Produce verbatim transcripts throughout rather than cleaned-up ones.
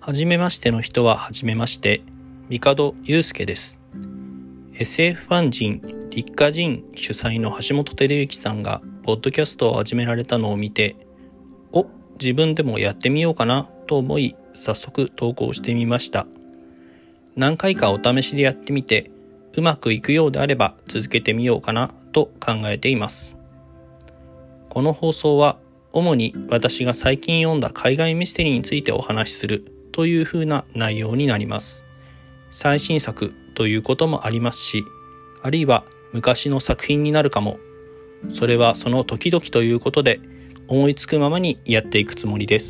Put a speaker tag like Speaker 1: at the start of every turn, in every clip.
Speaker 1: はじめましての人ははじめまして、帝祐介です。エスエフ ファン人立花人主催の橋本照之さんがポッドキャストを始められたのを見て、お、自分でもやってみようかなと思い、早速投稿してみました。何回かお試しでやってみて、うまくいくようであれば続けてみようかなと考えています。この放送は主に私が最近読んだ海外ミステリーについてお話しするというふうな内容になります。最新作ということもありますし、あるいは昔の作品になるかも。それはその時々ということで、思いつくままにやっていくつもりです。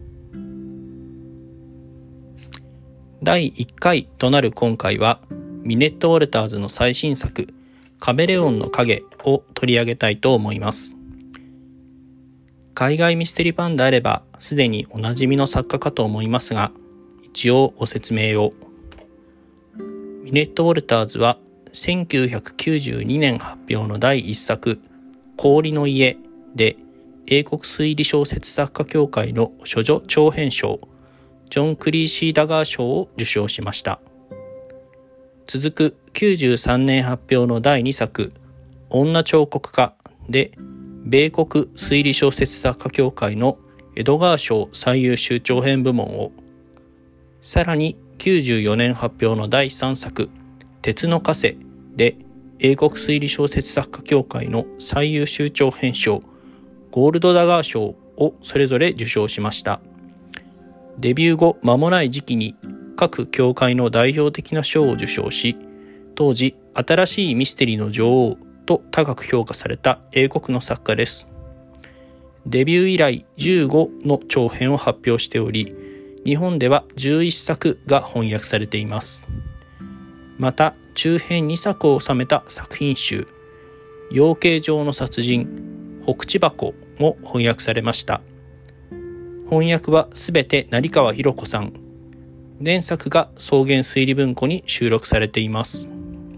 Speaker 1: だいいっかいとなる今回は、ミネット・ウォルターズの最新作、カメレオンの影を取り上げたいと思います。海外ミステリーファンであれば、すでにおなじみの作家かと思いますが、一応ご説明を。ミネット・ウォルターズは、せんきゅうひゃくきゅうじゅうにねん発表のだいいっさく、氷の家で、英国推理小説作家協会の処女長編賞、ジョン・クリーシー・ダガー賞を受賞しました。続くきゅうじゅうさんねん発表のだいにさく、女彫刻家で、米国推理小説作家協会のエドガー賞最優秀長編部門を、さらにきゅうじゅうよねん発表のだいさんさく、鉄の枷で、英国推理小説作家協会の最優秀長編賞、ゴールドダガー賞をそれぞれ受賞しました。デビュー後間もない時期に各協会の代表的な賞を受賞し、当時新しいミステリーの女王と高く評価された英国の作家です。デビュー以来じゅうごの長編を発表しており、日本ではじゅういっさくが翻訳されています。また中編にさくを収めた作品集、養鶏場の殺人、北地箱も翻訳されました。翻訳はすべて成川博子さん。前作が草原推理文庫に収録されています。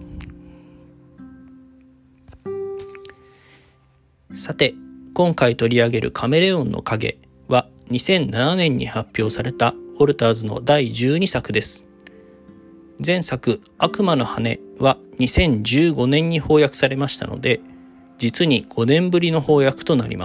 Speaker 1: さて、今回取り上げるカメレオンの影はにせんななねんに発表されたウォルターズのだいじゅうにさくです。前作悪魔の羽はにせんじゅうごねんに翻訳されましたので、実にごねんぶりの翻訳となります。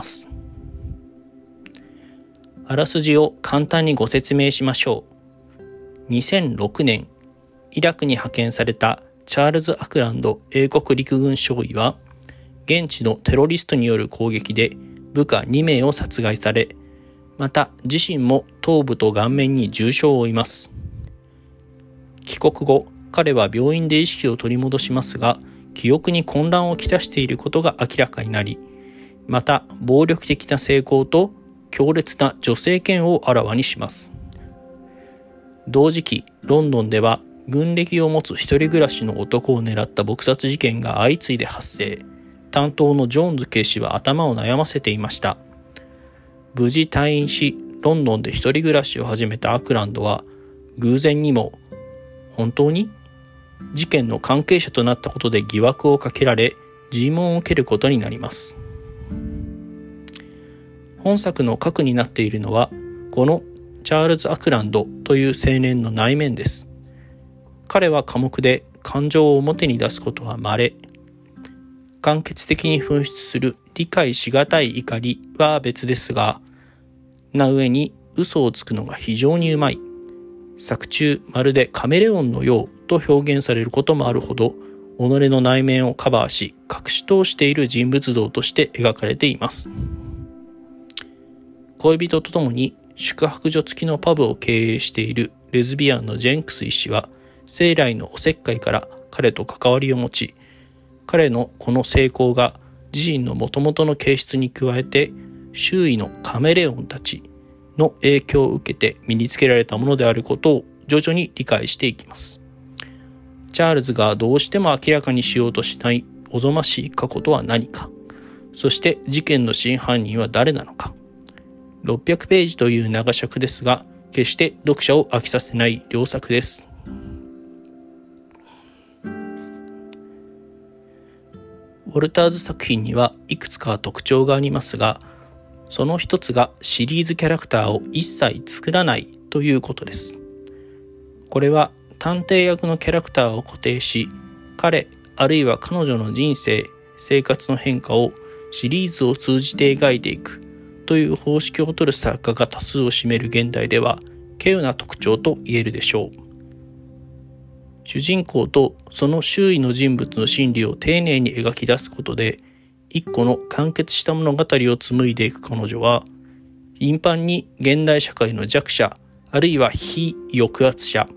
Speaker 1: あらすじを簡単にご説明しましょう。にせんろくねん、イラクに派遣されたチャールズ・アクランド英国陸軍少尉は、現地のテロリストによる攻撃で部下にめいを殺害され、また自身も頭部と顔面に重傷を負います。帰国後、彼は病院で意識を取り戻しますが、記憶に混乱をきたしていることが明らかになり、また暴力的な性交と強烈な女性嫌悪をあらわにします。同時期、ロンドンでは軍歴を持つ一人暮らしの男を狙った撲殺事件が相次いで発生。担当のジョーンズ警視は頭を悩ませていました。無事退院し、ロンドンで一人暮らしを始めたアクランドは、偶然にも、本当に事件の関係者となったことで疑惑をかけられ、尋問を受けることになります。本作の核になっているのは、このチャールズ・アクランドという青年の内面です。彼は寡黙で感情を表に出すことは稀。間欠的に噴出する理解しがたい怒りは別ですが、な上に嘘をつくのが非常にうまい。作中まるでカメレオンのようと表現されることもあるほど、己の内面をカバーし隠し通している人物像として描かれています。恋人と共に宿泊所付きのパブを経営しているレズビアンのジェンクス医師は、生来のおせっかいから彼と関わりを持ち、彼のこの成功が自身の元々の形質に加えて、周囲のカメレオンたちの影響を受けて身につけられたものであることを徐々に理解していきます。チャールズがどうしても明らかにしようとしないおぞましい過去とは何か、そして事件の真犯人は誰なのか。ろっぴゃくページという長尺ですが、決して読者を飽きさせない良作です。ウォルターズ作品にはいくつか特徴がありますが、その一つがシリーズキャラクターを一切作らないとということです。これは探偵役のキャラクターを固定し、彼あるいは彼女の人生、生活の変化をシリーズを通じて描いていくという方式を取る作家が多数を占める現代では稀有な特徴と言えるでしょう。主人公とその周囲の人物の心理を丁寧に描き出すことで一個の完結した物語を紡いでいく彼女は、頻繁に現代社会の弱者あるいは非抑圧者、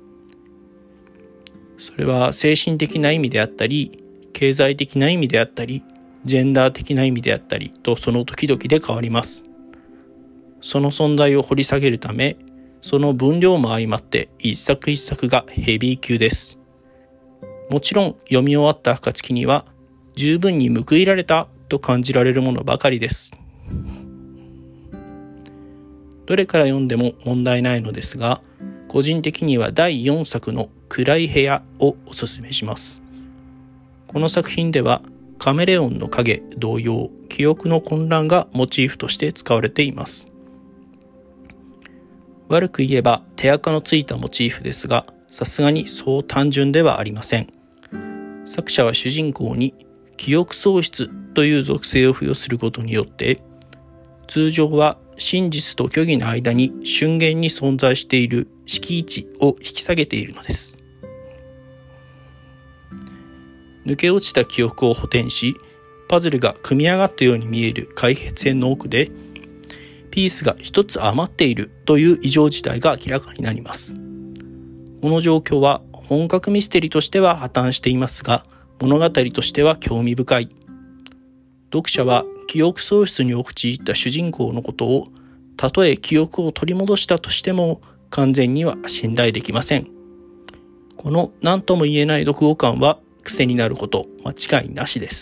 Speaker 1: それは精神的な意味であったり経済的な意味であったりジェンダー的な意味であったりとその時々で変わります。その存在を掘り下げるため、その分量も相まって一作一作がヘビー級です。もちろん読み終わった暁には十分に報いられたと感じられるものばかりです。どれから読んでも問題ないのですが、個人的にはだいよんさくの暗い部屋をおすすめします。この作品ではカメレオンの影同様、記憶の混乱がモチーフとして使われています。悪く言えば手垢のついたモチーフですが、さすがにそう単純ではありません。作者は主人公に記憶喪失という属性を付与することによって、通常は真実と虚偽の間に瞬間に存在している敷位置を引き下げているのです。抜け落ちた記憶を補填し、パズルが組み上がったように見える開閉線の奥で、ピースが一つ余っているという異常事態が明らかになります。この状況は本格ミステリとしては破綻していますが、物語としては興味深い。読者は記憶喪失に陥った主人公のことを、たとえ記憶を取り戻したとしても完全には信頼できません。この何とも言えない読後感は癖になること間違いなしです。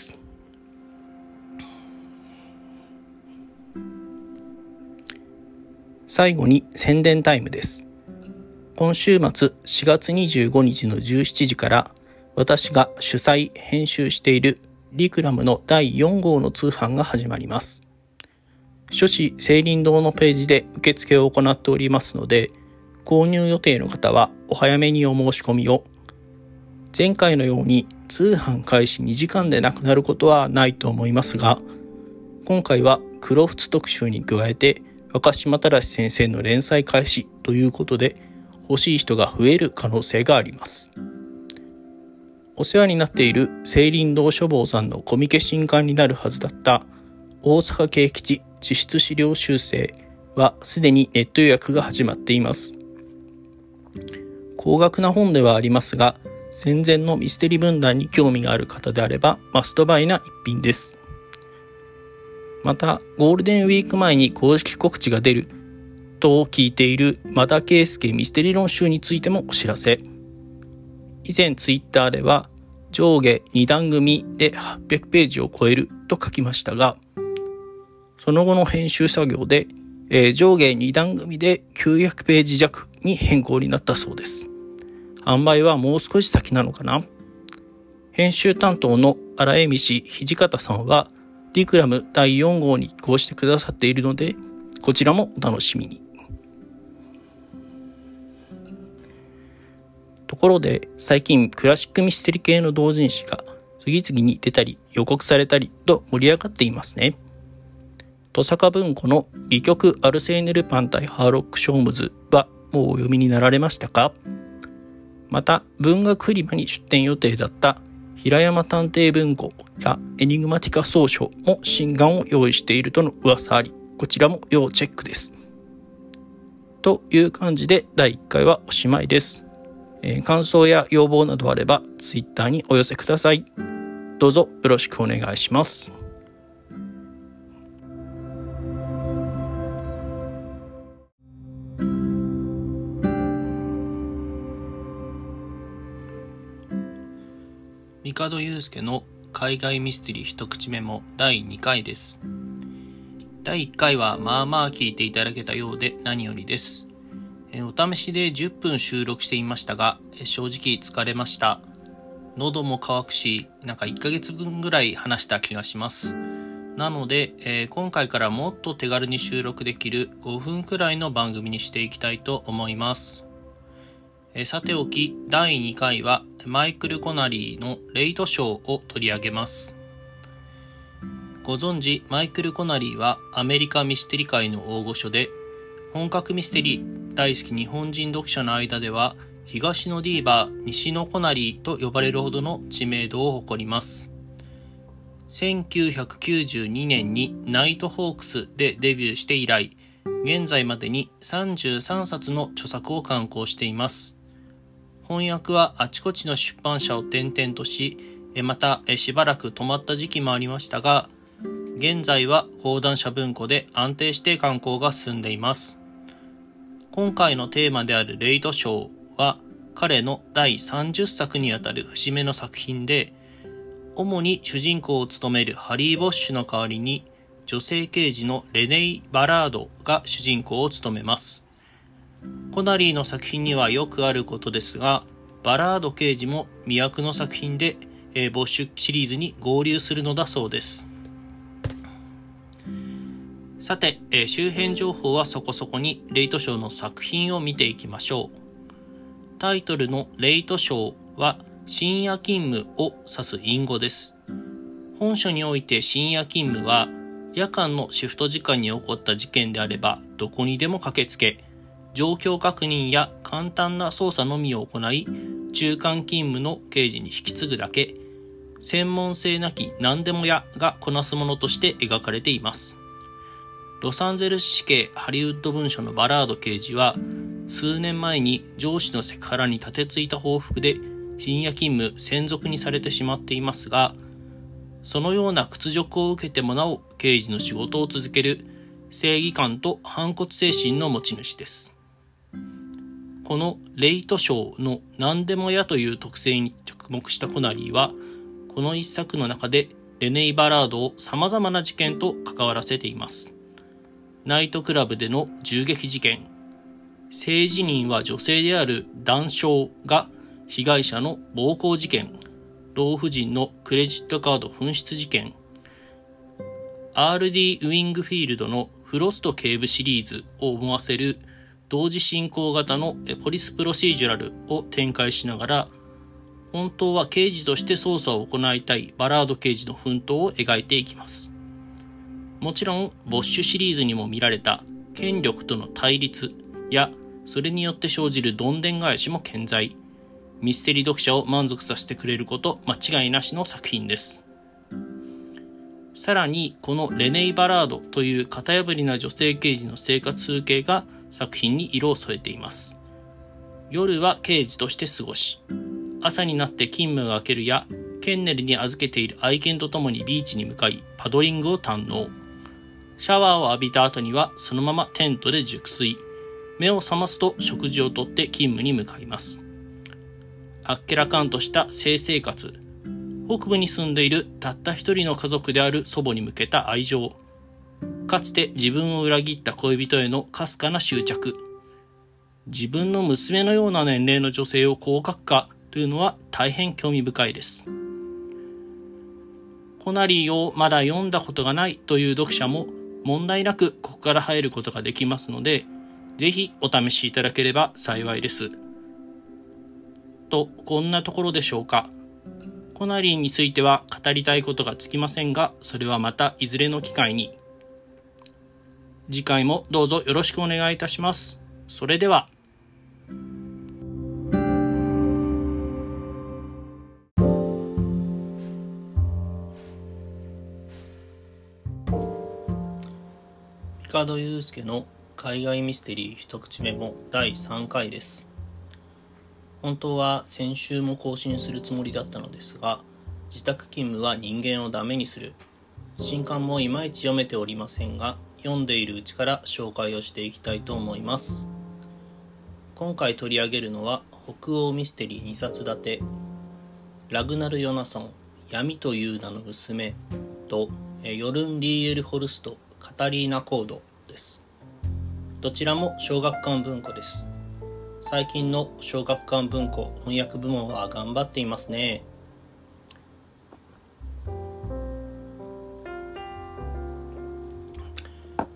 Speaker 1: 最後に宣伝タイムです。今週末しがつにじゅうごにちのじゅうしちじから私が主催編集しているリクラムのだいよんごうの通販が始まります。書誌聖林堂のページで受付を行っておりますので、購入予定の方はお早めにお申し込みを。前回のように通販開始にじかんでなくなることはないと思いますが、今回は黒仏特集に加えて若島正先生の連載開始ということで欲しい人が増える可能性があります。お世話になっている聖林堂書房さんのコミケ新刊になるはずだった大阪慶吉地質資料集成はすでにネット予約が始まっています。高額な本ではありますが、戦前のミステリ文壇に興味がある方であればマストバイな一品です。またゴールデンウィーク前に公式告知が出ると聞いている和田圭介ミステリ論集についてもお知らせ。以前ツイッターでは上下にだん組ではっぴゃくページを超えると書きましたが、その後の編集作業で、えー、上下にだん組できゅうひゃくページ弱に変更になったそうです。販売はもう少し先なのかな。編集担当の荒江道土方さんはリクラムだいよんごうに寄稿してくださっているので、こちらもお楽しみに。ところで最近クラシックミステリ系の同人誌が次々に出たり予告されたりと盛り上がっていますね。登坂文庫の戯曲アルセーヌ・ルパン対ハーロック・ショームズはもうお読みになられましたか？また文学フリマに出展予定だった平山探偵文庫やエニグマティカ総書も新刊を用意しているとの噂あり、こちらも要チェックです。という感じでだいいっかいはおしまいです。えー、感想や要望などあればツイッターにお寄せください。どうぞよろしくお願いします。帝祐介の海外ミステリー一口メモだいにかいです。だいいっかいはまあまあ聞いていただけたようで何よりです。お試しでじゅっぷん収録していましたが、正直疲れました。喉も渇くし、なんかいっかげつぶんぐらい話した気がします。 なので、えー、今回からもっと手軽に収録できるごふんくらいの番組にしていきたいと思います。えー、さておき、だいにかいはマイクル・コナリーのレイトショーを取り上げます。ご存知、マイクル・コナリーはアメリカミステリ界の大御所で、本格ミステリー大好き日本人読者の間では、東のディーバー、西のコナリーと呼ばれるほどの知名度を誇ります。せんきゅうひゃくきゅうじゅうにねんにナイトホークスでデビューして以来、現在までにさんじゅうさんさつの著作を刊行しています。翻訳はあちこちの出版社を転々とし、またしばらく止まった時期もありましたが、現在は講談社文庫で安定して刊行が進んでいます。今回のテーマであるレイトショーは、彼のだいさんじゅっさくにあたる節目の作品で、主に主人公を務めるハリー・ボッシュの代わりに、女性刑事のレネイ・バラードが主人公を務めます。コナリーの作品にはよくあることですが、バラード刑事も魅惑の作品で、えー、ボッシュシリーズに合流するのだそうです。さて、えー、周辺情報はそこそこにレイトショーの作品を見ていきましょう。タイトルのレイトショーは深夜勤務を指す隠語です。本書において深夜勤務は夜間のシフト時間に起こった事件であればどこにでも駆けつけ、状況確認や簡単な捜査のみを行い、中間勤務の刑事に引き継ぐだけ、専門性なき何でも屋がこなすものとして描かれています。ロサンゼルス市警ハリウッド文書のバラード刑事は、数年前に上司のセクハラに立てついた報復で深夜勤務専属にされてしまっていますが、そのような屈辱を受けてもなお刑事の仕事を続ける正義感と反骨精神の持ち主です。このレイトショーの何でも屋という特性に着目したコナリーは、この一作の中でレネイ・バラードを様々な事件と関わらせています。ナイトクラブでの銃撃事件、性自認は女性である男性が被害者の暴行事件、老婦人のクレジットカード紛失事件、アールディー ウィングフィールドのフロスト警部シリーズを思わせる同時進行型のポリスプロシージュラルを展開しながら、本当は刑事として捜査を行いたいバラード刑事の奮闘を描いていきます。もちろんボッシュシリーズにも見られた権力との対立やそれによって生じるどんでん返しも健在。ミステリー読者を満足させてくれること間違いなしの作品です。さらにこのレネイ・バラードという型破りな女性刑事の生活風景が作品に色を添えています。夜は刑事として過ごし、朝になって勤務が明けるやケンネルに預けている愛犬と共にビーチに向かいパドリングを堪能。シャワーを浴びた後にはそのままテントで熟睡。目を覚ますと食事をとって勤務に向かいます。あっけらかんとした性生活。北部に住んでいるたった一人の家族である祖母に向けた愛情。かつて自分を裏切った恋人へのかすかな執着。自分の娘のような年齢の女性をこう書くかというのは大変興味深いです。コナリーをまだ読んだことがないという読者も問題なくここから入ることができますので、ぜひお試しいただければ幸いです。と、こんなところでしょうか。コナリーについては語りたいことがつきませんが、それはまたいずれの機会に。次回もどうぞよろしくお願いいたします。それでは。ピカドユースケの海外ミステリー一口メモだいさんかいです。本当は先週も更新するつもりだったのですが、自宅勤務は人間をダメにする。新刊もいまいち読めておりませんが、読んでいるうちから紹介をしていきたいと思います。今回取り上げるのは北欧ミステリーにさつ立て、ラグナル・ヨナソン、闇という名の娘とヨルン・リーエルホルスト、カタリーナ・コードです。どちらも小学館文庫です。最近の小学館文庫翻訳部門は頑張っていますね。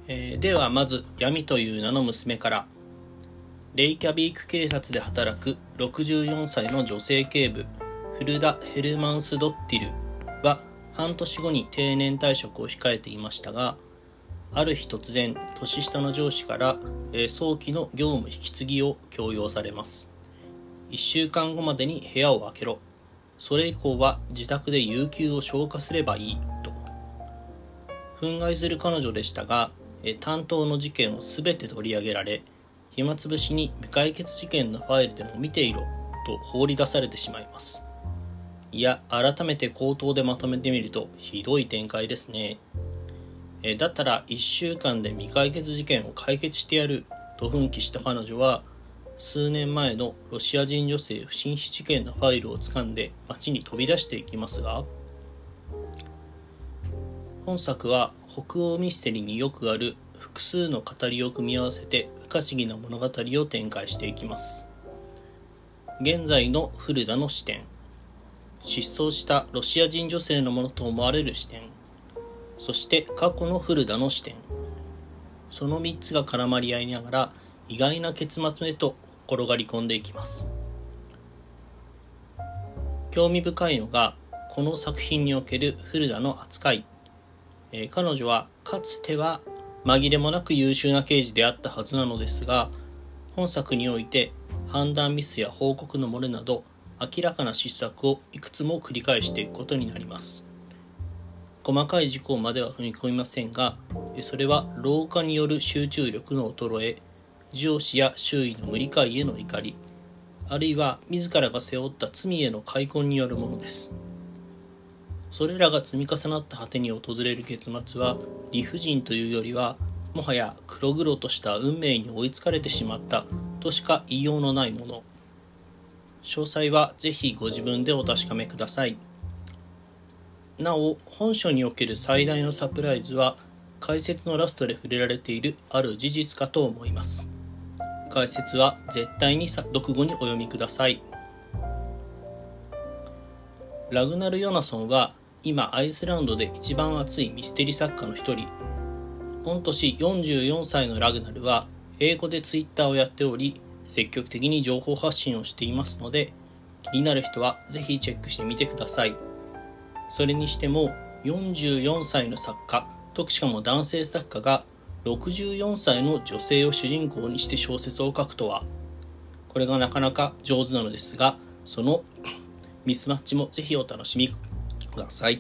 Speaker 1: えー、ではまず闇という名の娘から。レイキャビーク警察で働くろくじゅうよんさいの女性警部フルダ・ヘルマンスドッティルは半年後に定年退職を控えていましたが、ある日突然年下の上司から、えー、早期の業務引き継ぎを強要されます。いっしゅうかんごまでに部屋を空けろ、それ以降は自宅で有給を消化すればいいと。憤慨する彼女でしたが、えー、担当の事件をすべて取り上げられ、暇つぶしに未解決事件のファイルでも見ていろと放り出されてしまいます。いや、改めて口頭でまとめてみるとひどい展開ですね。えだったらいっしゅうかんで未解決事件を解決してやると奮起した彼女は、数年前のロシア人女性不審死事件のファイルを掴んで街に飛び出していきますが、本作は北欧ミステリーによくある複数の語りを組み合わせて不可思議な物語を展開していきます。現在のフルダの視点、失踪したロシア人女性のものと思われる視点、そして過去のフルダの視点、そのみっつが絡まり合いながら意外な結末へと転がり込んでいきます。興味深いのがこの作品におけるフルダの扱い。えー、彼女はかつては紛れもなく優秀な刑事であったはずなのですが、本作において判断ミスや報告の漏れなど明らかな失策をいくつも繰り返していくことになります。細かい事項までは踏み込みませんが、それは老化による集中力の衰え、上司や周囲の無理解への怒り、あるいは自らが背負った罪への悔恨によるものです。それらが積み重なった果てに訪れる結末は理不尽というよりは、もはや黒々とした運命に追いつかれてしまったとしか言いようのないもの。詳細はぜひご自分でお確かめください。なお、本書における最大のサプライズは解説のラストで触れられているある事実かと思います。解説は絶対に読後にお読みください。ラグナル・ヨナソンは今アイスランドで一番熱いミステリ作家の一人。御年よんじゅうよんさいのラグナルは英語でツイッターをやっており、積極的に情報発信をしていますので、気になる人はぜひチェックしてみてください。それにしてもよんじゅうよんさいの作家、としかも男性作家がろくじゅうよんさいの女性を主人公にして小説を書くとは、これがなかなか上手なのですが、そのミスマッチもぜひお楽しみください。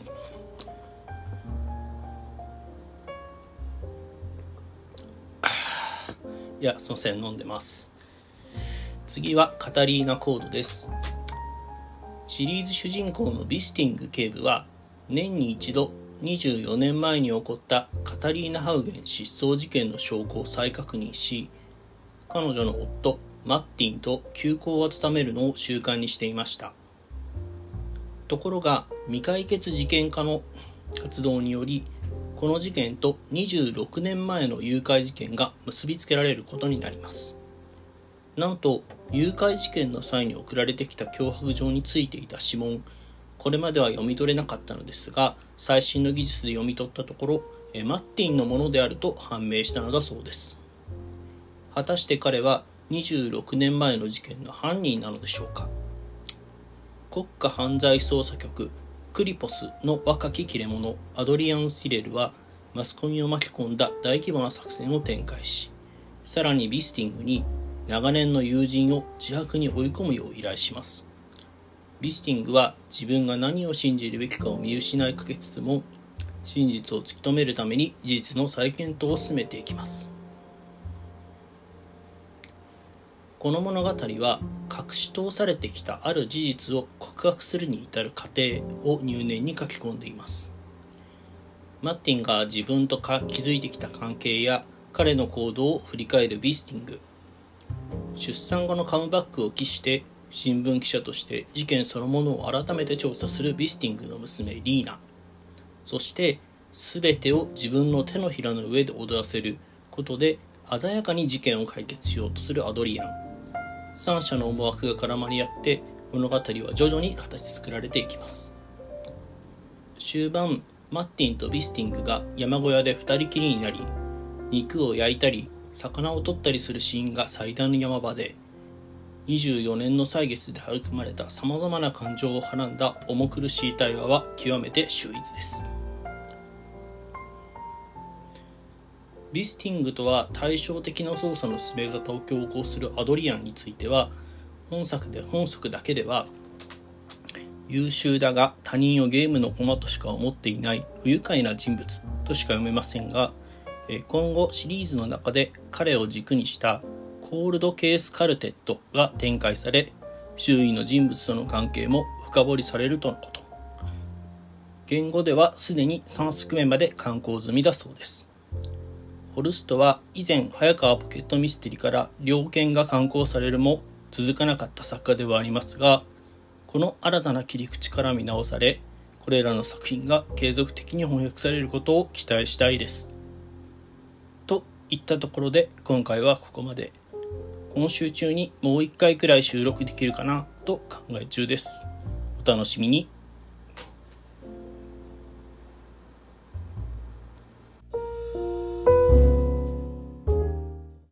Speaker 1: いや、すいません、飲んでます。次はカタリーナ・コードです。シリーズ主人公のビスティング警部は年に一度にじゅうよねんまえに起こったカタリーナ・ハウゲン失踪事件の証拠を再確認し、彼女の夫マッティンと旧交を温めるのを習慣にしていました。ところが未解決事件家の活動により、この事件とにじゅうろくねんまえの誘拐事件が結びつけられることになります。なんと誘拐事件の際に送られてきた脅迫状についていた指紋、これまでは読み取れなかったのですが、最新の技術で読み取ったところ、マッティンのものであると判明したのだそうです。果たして彼はにじゅうろくねんまえの事件の犯人なのでしょうか。国家犯罪捜査局クリポスの若き切れ者アドリアン・スティレルはマスコミを巻き込んだ大規模な作戦を展開し、さらにビスティングに長年の友人を自白に追い込むよう依頼します。ビスティングは自分が何を信じるべきかを見失いかけつつも、真実を突き止めるために事実の再検討を進めていきます。この物語は隠し通されてきたある事実を告白するに至る過程を入念に書き込んでいます。マッティンが自分と築いてきた関係や彼の行動を振り返るビスティング、出産後のカムバックを期して新聞記者として事件そのものを改めて調査するビスティングの娘リーナ、そして全てを自分の手のひらの上で踊らせることで鮮やかに事件を解決しようとするアドリアン、三者の思惑が絡まり合って物語は徐々に形作られていきます。終盤、マッティンとビスティングが山小屋で二人きりになり、 肉を焼いたり魚を取ったりするシーンが最大の山場で、にじゅうよねんの歳月で育まれた様々な感情をはらんだ重苦しい対話は極めて秀逸です。ビスティングとは対照的な操作の進め方を強行するアドリアンについては、本作で本作だけでは優秀だが他人をゲームの駒としか思っていない不愉快な人物としか読めませんが、今後シリーズの中で彼を軸にしたコールドケースカルテットが展開され、周囲の人物との関係も深掘りされるとのこと。言語ではすでにさん作目まで刊行済みだそうです。ホルストは以前早川ポケットミステリから猟犬が刊行されるも続かなかった作家ではありますが、この新たな切り口から見直され、これらの作品が継続的に翻訳されることを期待したいです。といったところで今回はここまで。今週中にもう一回くらい収録できるかなと考え中です。お楽しみに。